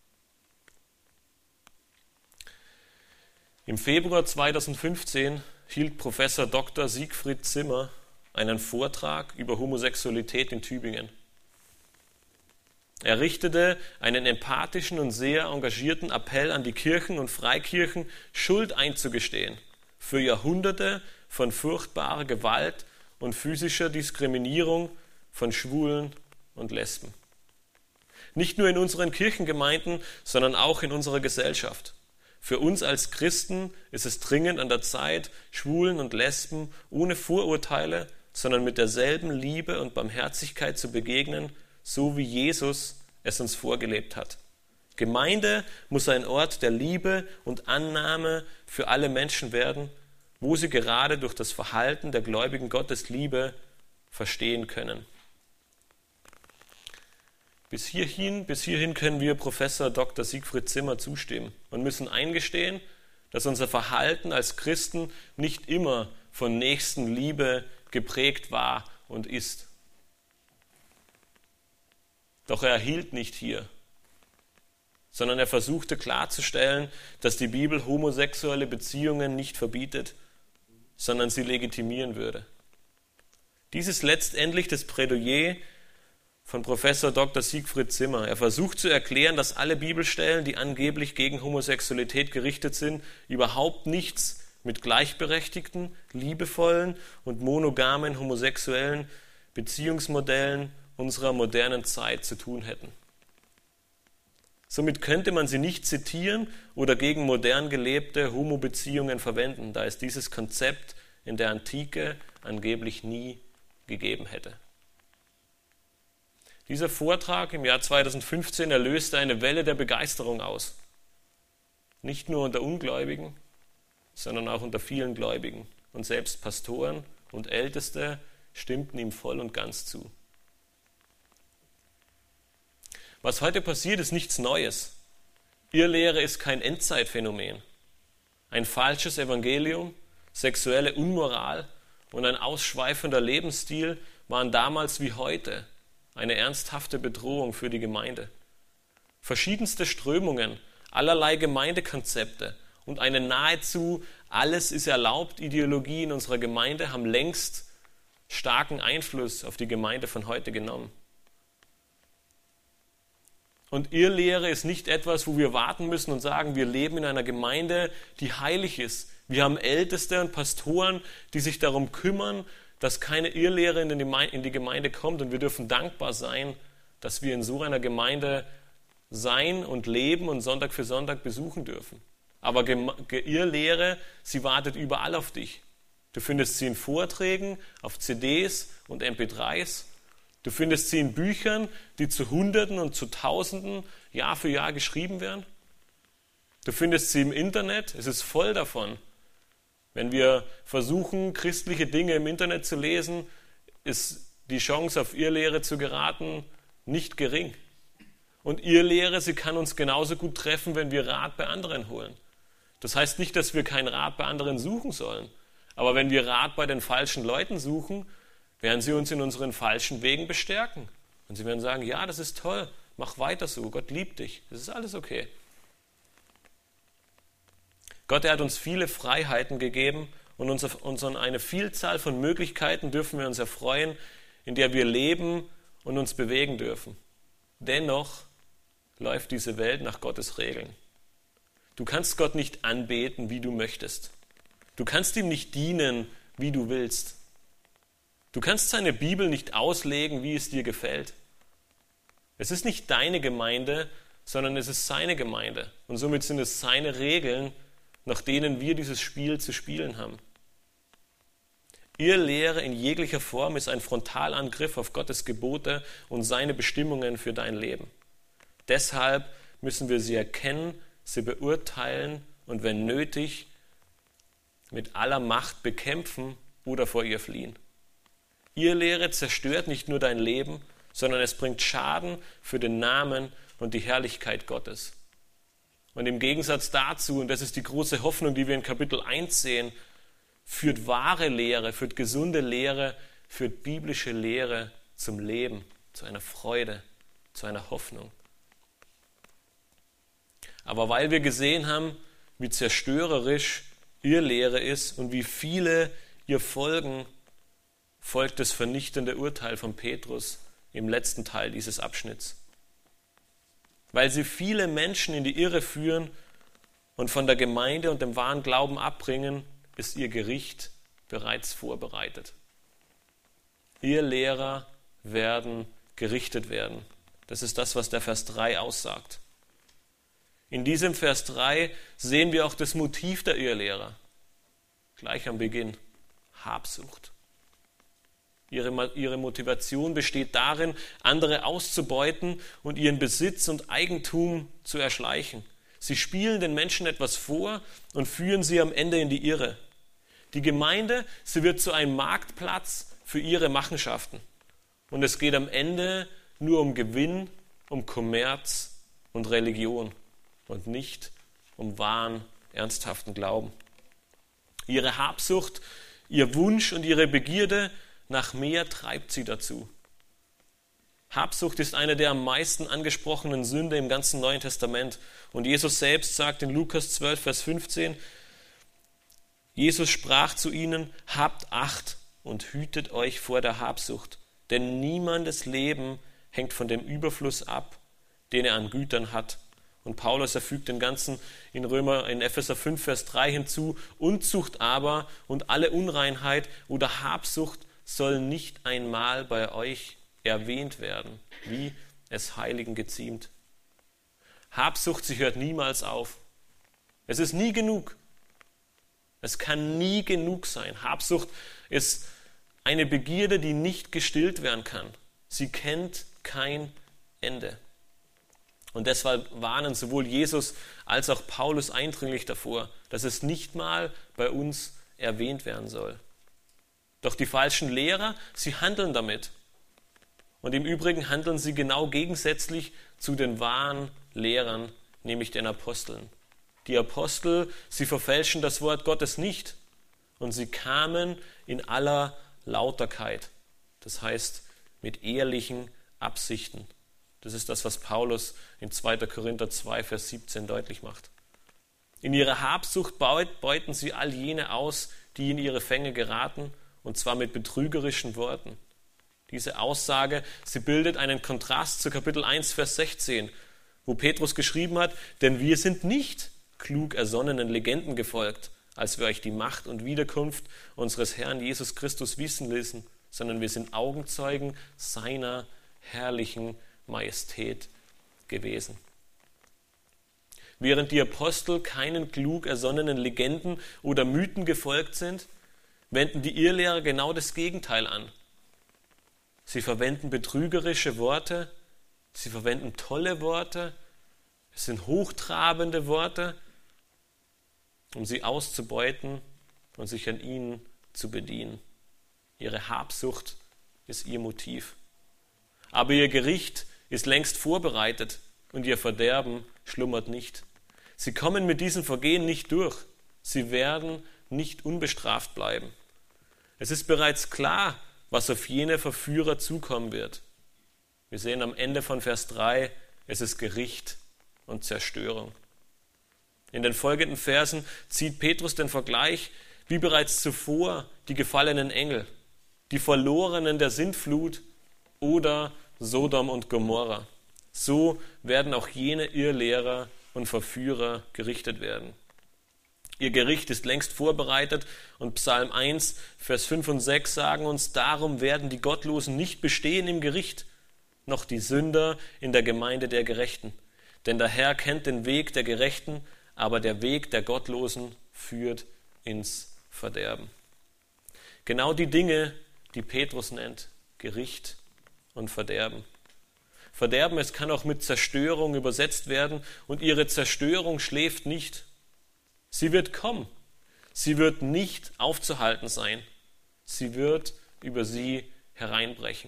Im Februar zweitausendfünfzehn hielt Professor Doktor Siegfried Zimmer einen Vortrag über Homosexualität in Tübingen. Er richtete einen empathischen und sehr engagierten Appell an die Kirchen und Freikirchen, Schuld einzugestehen für Jahrhunderte von furchtbarer Gewalt und physischer Diskriminierung von Schwulen und Lesben. Nicht nur in unseren Kirchengemeinden, sondern auch in unserer Gesellschaft. Für uns als Christen ist es dringend an der Zeit, Schwulen und Lesben ohne Vorurteile, sondern mit derselben Liebe und Barmherzigkeit zu begegnen, so wie Jesus es uns vorgelebt hat. Gemeinde muss ein Ort der Liebe und Annahme für alle Menschen werden, wo sie gerade durch das Verhalten der gläubigen Gottes Liebe verstehen können. Bis hierhin, bis hierhin können wir Professor Doktor Siegfried Zimmer zustimmen und müssen eingestehen, dass unser Verhalten als Christen nicht immer von Nächstenliebe geprägt war und ist. Doch er hielt nicht hier, sondern er versuchte klarzustellen, dass die Bibel homosexuelle Beziehungen nicht verbietet, sondern sie legitimieren würde. Dies ist letztendlich das Plädoyer von Professor Doktor Siegfried Zimmer. Er versucht zu erklären, dass alle Bibelstellen, die angeblich gegen Homosexualität gerichtet sind, überhaupt nichts mit gleichberechtigten, liebevollen und monogamen homosexuellen Beziehungsmodellen unserer modernen Zeit zu tun hätten. Somit könnte man sie nicht zitieren oder gegen modern gelebte Homo-Beziehungen verwenden, da es dieses Konzept in der Antike angeblich nie gegeben hätte. Dieser Vortrag im Jahr zweitausendfünfzehn erlöste eine Welle der Begeisterung aus. Nicht nur unter Ungläubigen, sondern auch unter vielen Gläubigen. Und selbst Pastoren und Älteste stimmten ihm voll und ganz zu. Was heute passiert, ist nichts Neues. Irrlehre ist kein Endzeitphänomen. Ein falsches Evangelium, sexuelle Unmoral und ein ausschweifender Lebensstil waren damals wie heute eine ernsthafte Bedrohung für die Gemeinde. Verschiedenste Strömungen, allerlei Gemeindekonzepte und eine nahezu alles ist erlaubt Ideologie in unserer Gemeinde haben längst starken Einfluss auf die Gemeinde von heute genommen. Und Irrlehre ist nicht etwas, wo wir warten müssen und sagen, wir leben in einer Gemeinde, die heilig ist. Wir haben Älteste und Pastoren, die sich darum kümmern, dass keine Irrlehre in die Gemeinde kommt. Und wir dürfen dankbar sein, dass wir in so einer Gemeinde sein und leben und Sonntag für Sonntag besuchen dürfen. Aber Irrlehre, sie wartet überall auf dich. Du findest sie in Vorträgen, auf C Ds und M P dreis. Du findest sie in Büchern, die zu Hunderten und zu Tausenden Jahr für Jahr geschrieben werden. Du findest sie im Internet, es ist voll davon. Wenn wir versuchen, christliche Dinge im Internet zu lesen, ist die Chance, auf Irrlehre zu geraten, nicht gering. Und Irrlehre, sie kann uns genauso gut treffen, wenn wir Rat bei anderen holen. Das heißt nicht, dass wir keinen Rat bei anderen suchen sollen. Aber wenn wir Rat bei den falschen Leuten suchen, werden sie uns in unseren falschen Wegen bestärken. Und sie werden sagen, ja, das ist toll, mach weiter so, Gott liebt dich, das ist alles okay. Gott, er hat uns viele Freiheiten gegeben und uns, uns an eine Vielzahl von Möglichkeiten dürfen wir uns erfreuen, in der wir leben und uns bewegen dürfen. Dennoch läuft diese Welt nach Gottes Regeln. Du kannst Gott nicht anbeten, wie du möchtest. Du kannst ihm nicht dienen, wie du willst. Du kannst seine Bibel nicht auslegen, wie es dir gefällt. Es ist nicht deine Gemeinde, sondern es ist seine Gemeinde. Und somit sind es seine Regeln, nach denen wir dieses Spiel zu spielen haben. Irrlehre in jeglicher Form ist ein Frontalangriff auf Gottes Gebote und seine Bestimmungen für dein Leben. Deshalb müssen wir sie erkennen, sie beurteilen und wenn nötig mit aller Macht bekämpfen oder vor ihr fliehen. Irrlehre zerstört nicht nur dein Leben, sondern es bringt Schaden für den Namen und die Herrlichkeit Gottes. Und im Gegensatz dazu, und das ist die große Hoffnung, die wir in Kapitel eins sehen, führt wahre Lehre, führt gesunde Lehre, führt biblische Lehre zum Leben, zu einer Freude, zu einer Hoffnung. Aber weil wir gesehen haben, wie zerstörerisch Irrlehre ist und wie viele ihr folgen, folgt das vernichtende Urteil von Petrus im letzten Teil dieses Abschnitts. Weil sie viele Menschen in die Irre führen und von der Gemeinde und dem wahren Glauben abbringen, ist ihr Gericht bereits vorbereitet. Irrlehrer werden gerichtet werden. Das ist das, was der Vers drei aussagt. In diesem Vers drei sehen wir auch das Motiv der Irrlehrer. Gleich am Beginn. Habsucht. Ihre, ihre Motivation besteht darin, andere auszubeuten und ihren Besitz und Eigentum zu erschleichen. Sie spielen den Menschen etwas vor und führen sie am Ende in die Irre. Die Gemeinde, sie wird zu einem Marktplatz für ihre Machenschaften. Und es geht am Ende nur um Gewinn, um Kommerz und Religion und nicht um wahren, ernsthaften Glauben. Ihre Habsucht, ihr Wunsch und ihre Begierde nach mehr treibt sie dazu. Habsucht ist eine der am meisten angesprochenen Sünde im ganzen Neuen Testament. Und Jesus selbst sagt in Lukas zwölf, Vers fünfzehn, Jesus sprach zu ihnen, habt Acht und hütet euch vor der Habsucht, denn niemandes Leben hängt von dem Überfluss ab, den er an Gütern hat. Und Paulus, er fügt den ganzen in Römer, in Epheser fünf, Vers drei hinzu, Unzucht aber und alle Unreinheit oder Habsucht soll nicht einmal bei euch erwähnt werden, wie es Heiligen geziemt. Habsucht, sie hört niemals auf. Es ist nie genug. Es kann nie genug sein. Habsucht ist eine Begierde, die nicht gestillt werden kann. Sie kennt kein Ende. Und deshalb warnen sowohl Jesus als auch Paulus eindringlich davor, dass es nicht mal bei uns erwähnt werden soll. Doch die falschen Lehrer, sie handeln damit. Und im Übrigen handeln sie genau gegensätzlich zu den wahren Lehrern, nämlich den Aposteln. Die Apostel, sie verfälschen das Wort Gottes nicht. Und sie kamen in aller Lauterkeit. Das heißt, mit ehrlichen Absichten. Das ist das, was Paulus in zweiter Korinther zwei, Vers siebzehn deutlich macht. In ihrer Habsucht beuten sie all jene aus, die in ihre Fänge geraten, und zwar mit betrügerischen Worten. Diese Aussage, sie bildet einen Kontrast zu Kapitel eins, Vers sechzehn, wo Petrus geschrieben hat, denn wir sind nicht klug ersonnenen Legenden gefolgt, als wir euch die Macht und Wiederkunft unseres Herrn Jesus Christus wissen ließen, sondern wir sind Augenzeugen seiner herrlichen Majestät gewesen. Während die Apostel keinen klug ersonnenen Legenden oder Mythen gefolgt sind, wenden die Irrlehrer genau das Gegenteil an. Sie verwenden betrügerische Worte, sie verwenden tolle Worte, es sind hochtrabende Worte, um sie auszubeuten und sich an ihnen zu bedienen. Ihre Habsucht ist ihr Motiv. Aber ihr Gericht ist längst vorbereitet und ihr Verderben schlummert nicht. Sie kommen mit diesen Vergehen nicht durch. Sie werden nicht unbestraft bleiben. Es ist bereits klar, was auf jene Verführer zukommen wird. Wir sehen am Ende von Vers drei, es ist Gericht und Zerstörung. In den folgenden Versen zieht Petrus den Vergleich, wie bereits zuvor die gefallenen Engel, die Verlorenen der Sintflut oder Sodom und Gomorra. So werden auch jene Irrlehrer und Verführer gerichtet werden. Ihr Gericht ist längst vorbereitet und Psalm eins, Vers fünf und sechs sagen uns, darum werden die Gottlosen nicht bestehen im Gericht, noch die Sünder in der Gemeinde der Gerechten. Denn der Herr kennt den Weg der Gerechten, aber der Weg der Gottlosen führt ins Verderben. Genau die Dinge, die Petrus nennt, Gericht und Verderben. Verderben, es kann auch mit Zerstörung übersetzt werden und ihre Zerstörung schläft nicht. Sie wird kommen. Sie wird nicht aufzuhalten sein. Sie wird über sie hereinbrechen.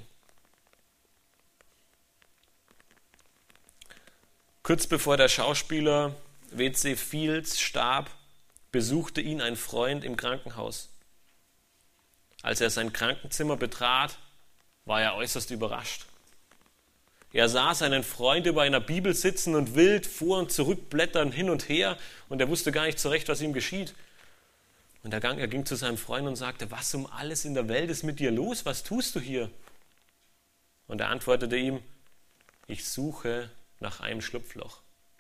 Kurz bevor der Schauspieler W C Fields starb, besuchte ihn ein Freund im Krankenhaus. Als er sein Krankenzimmer betrat, war er äußerst überrascht. Er sah seinen Freund über einer Bibel sitzen und wild vor und zurück blättern, hin und her, und er wusste gar nicht zurecht, was ihm geschieht. Und er ging, er ging zu seinem Freund und sagte, was um alles in der Welt ist mit dir los? Was tust du hier? Und er antwortete ihm, ich suche nach einem Schlupfloch.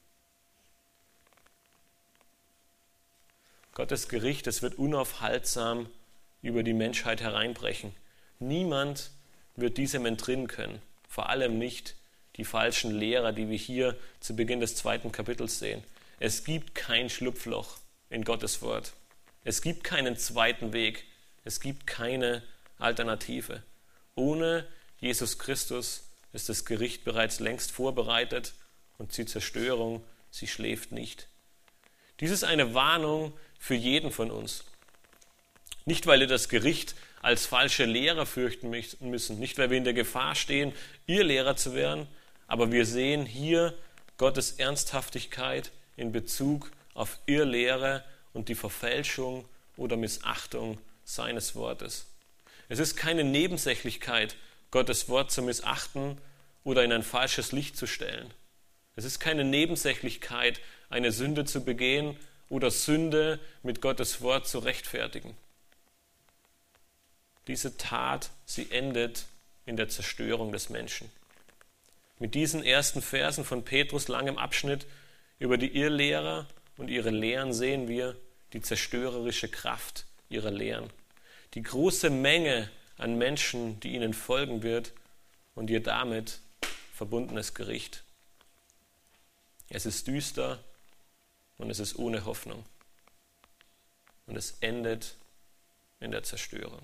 Gottes Gericht, es wird unaufhaltsam über die Menschheit hereinbrechen. Niemand wird diesem entrinnen können, vor allem nicht die falschen Lehrer, die wir hier zu Beginn des zweiten Kapitels sehen. Es gibt kein Schlupfloch in Gottes Wort. Es gibt keinen zweiten Weg. Es gibt keine Alternative. Ohne Jesus Christus ist das Gericht bereits längst vorbereitet und die Zerstörung, sie schläft nicht. Dies ist eine Warnung für jeden von uns. Nicht, weil wir das Gericht als falsche Lehrer fürchten müssen, nicht, weil wir in der Gefahr stehen, Irrlehrer zu werden, aber wir sehen hier Gottes Ernsthaftigkeit in Bezug auf Irrlehre und die Verfälschung oder Missachtung seines Wortes. Es ist keine Nebensächlichkeit, Gottes Wort zu missachten oder in ein falsches Licht zu stellen. Es ist keine Nebensächlichkeit, eine Sünde zu begehen oder Sünde mit Gottes Wort zu rechtfertigen. Diese Tat, sie endet in der Zerstörung des Menschen. Mit diesen ersten Versen von Petrus langem Abschnitt über die Irrlehrer und ihre Lehren sehen wir die zerstörerische Kraft ihrer Lehren, die große Menge an Menschen, die ihnen folgen wird und ihr damit verbundenes Gericht. Es ist düster und es ist ohne Hoffnung und es endet in der Zerstörung.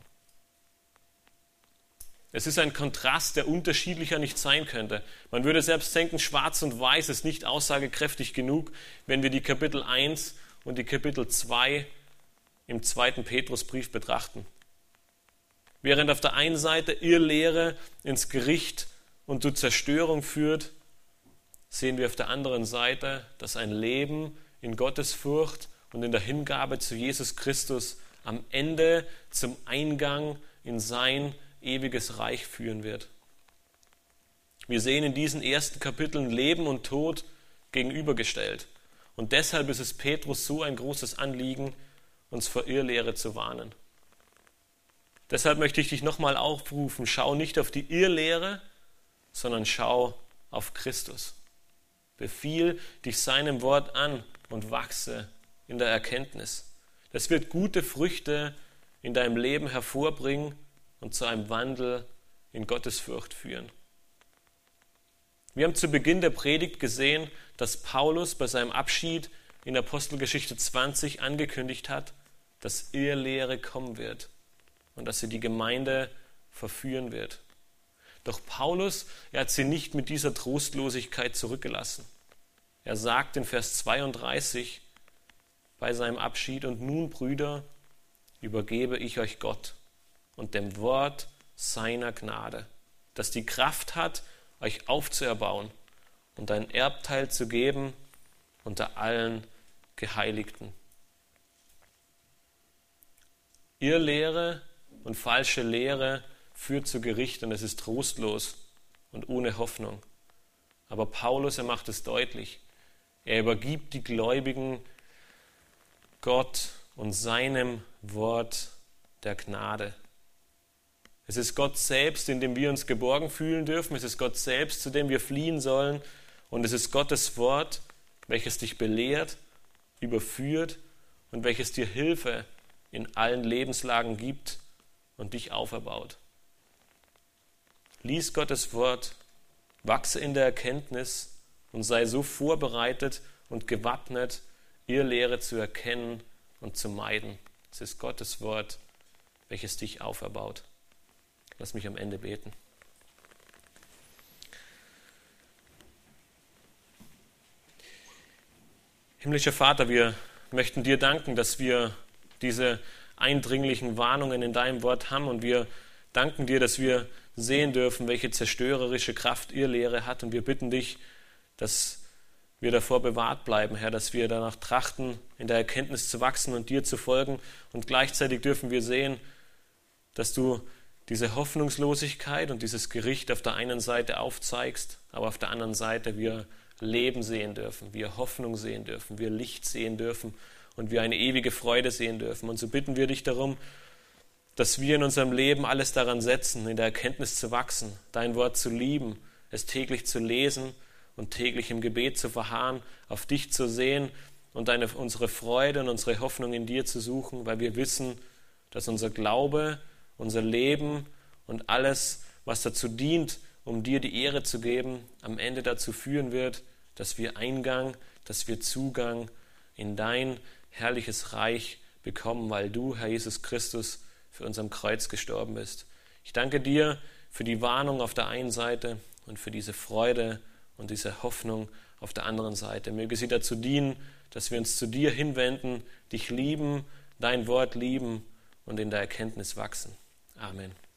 Es ist ein Kontrast, der unterschiedlicher nicht sein könnte. Man würde selbst denken, schwarz und weiß ist nicht aussagekräftig genug, wenn wir die Kapitel eins und die Kapitel zwei im zweiten Petrusbrief betrachten. Während auf der einen Seite Irrlehre ins Gericht und zur Zerstörung führt, sehen wir auf der anderen Seite, dass ein Leben in Gottesfurcht und in der Hingabe zu Jesus Christus am Ende zum Eingang in sein ewiges Reich führen wird. Wir sehen in diesen ersten Kapiteln Leben und Tod gegenübergestellt. Und deshalb ist es Petrus so ein großes Anliegen, uns vor Irrlehre zu warnen. Deshalb möchte ich dich nochmal aufrufen, schau nicht auf die Irrlehre, sondern schau auf Christus. Befiehl dich seinem Wort an und wachse in der Erkenntnis. Das wird gute Früchte in deinem Leben hervorbringen und zu einem Wandel in Gottesfurcht führen. Wir haben zu Beginn der Predigt gesehen, dass Paulus bei seinem Abschied in Apostelgeschichte zwanzig angekündigt hat, dass Irrlehre kommen wird und dass sie die Gemeinde verführen wird. Doch Paulus, er hat sie nicht mit dieser Trostlosigkeit zurückgelassen. Er sagt in Vers zweiunddreißig bei seinem Abschied: Und nun, Brüder, übergebe ich euch Gott und dem Wort seiner Gnade, das die Kraft hat, euch aufzuerbauen und ein Erbteil zu geben unter allen Geheiligten. Irrlehre und falsche Lehre führt zu Gericht und es ist trostlos und ohne Hoffnung. Aber Paulus, er macht es deutlich. Er übergibt die Gläubigen Gott und seinem Wort der Gnade. Es ist Gott selbst, in dem wir uns geborgen fühlen dürfen. Es ist Gott selbst, zu dem wir fliehen sollen. Und es ist Gottes Wort, welches dich belehrt, überführt und welches dir Hilfe in allen Lebenslagen gibt und dich auferbaut. Lies Gottes Wort, wachse in der Erkenntnis und sei so vorbereitet und gewappnet, Irrlehre zu erkennen und zu meiden. Es ist Gottes Wort, welches dich auferbaut. Lass mich am Ende beten. Himmlischer Vater, wir möchten dir danken, dass wir diese eindringlichen Warnungen in deinem Wort haben und wir danken dir, dass wir sehen dürfen, welche zerstörerische Kraft Irrlehre hat und wir bitten dich, dass wir davor bewahrt bleiben, Herr, dass wir danach trachten, in der Erkenntnis zu wachsen und dir zu folgen und gleichzeitig dürfen wir sehen, dass du diese Hoffnungslosigkeit und dieses Gericht auf der einen Seite aufzeigst, aber auf der anderen Seite wir Leben sehen dürfen, wir Hoffnung sehen dürfen, wir Licht sehen dürfen und wir eine ewige Freude sehen dürfen. Und so bitten wir dich darum, dass wir in unserem Leben alles daran setzen, in der Erkenntnis zu wachsen, dein Wort zu lieben, es täglich zu lesen und täglich im Gebet zu verharren, auf dich zu sehen und deine, unsere Freude und unsere Hoffnung in dir zu suchen, weil wir wissen, dass unser Glaube, unser Leben und alles, was dazu dient, um dir die Ehre zu geben, am Ende dazu führen wird, dass wir Eingang, dass wir Zugang in dein herrliches Reich bekommen, weil du, Herr Jesus Christus, für uns am Kreuz gestorben bist. Ich danke dir für die Warnung auf der einen Seite und für diese Freude und diese Hoffnung auf der anderen Seite. Möge sie dazu dienen, dass wir uns zu dir hinwenden, dich lieben, dein Wort lieben und in der Erkenntnis wachsen. Amen.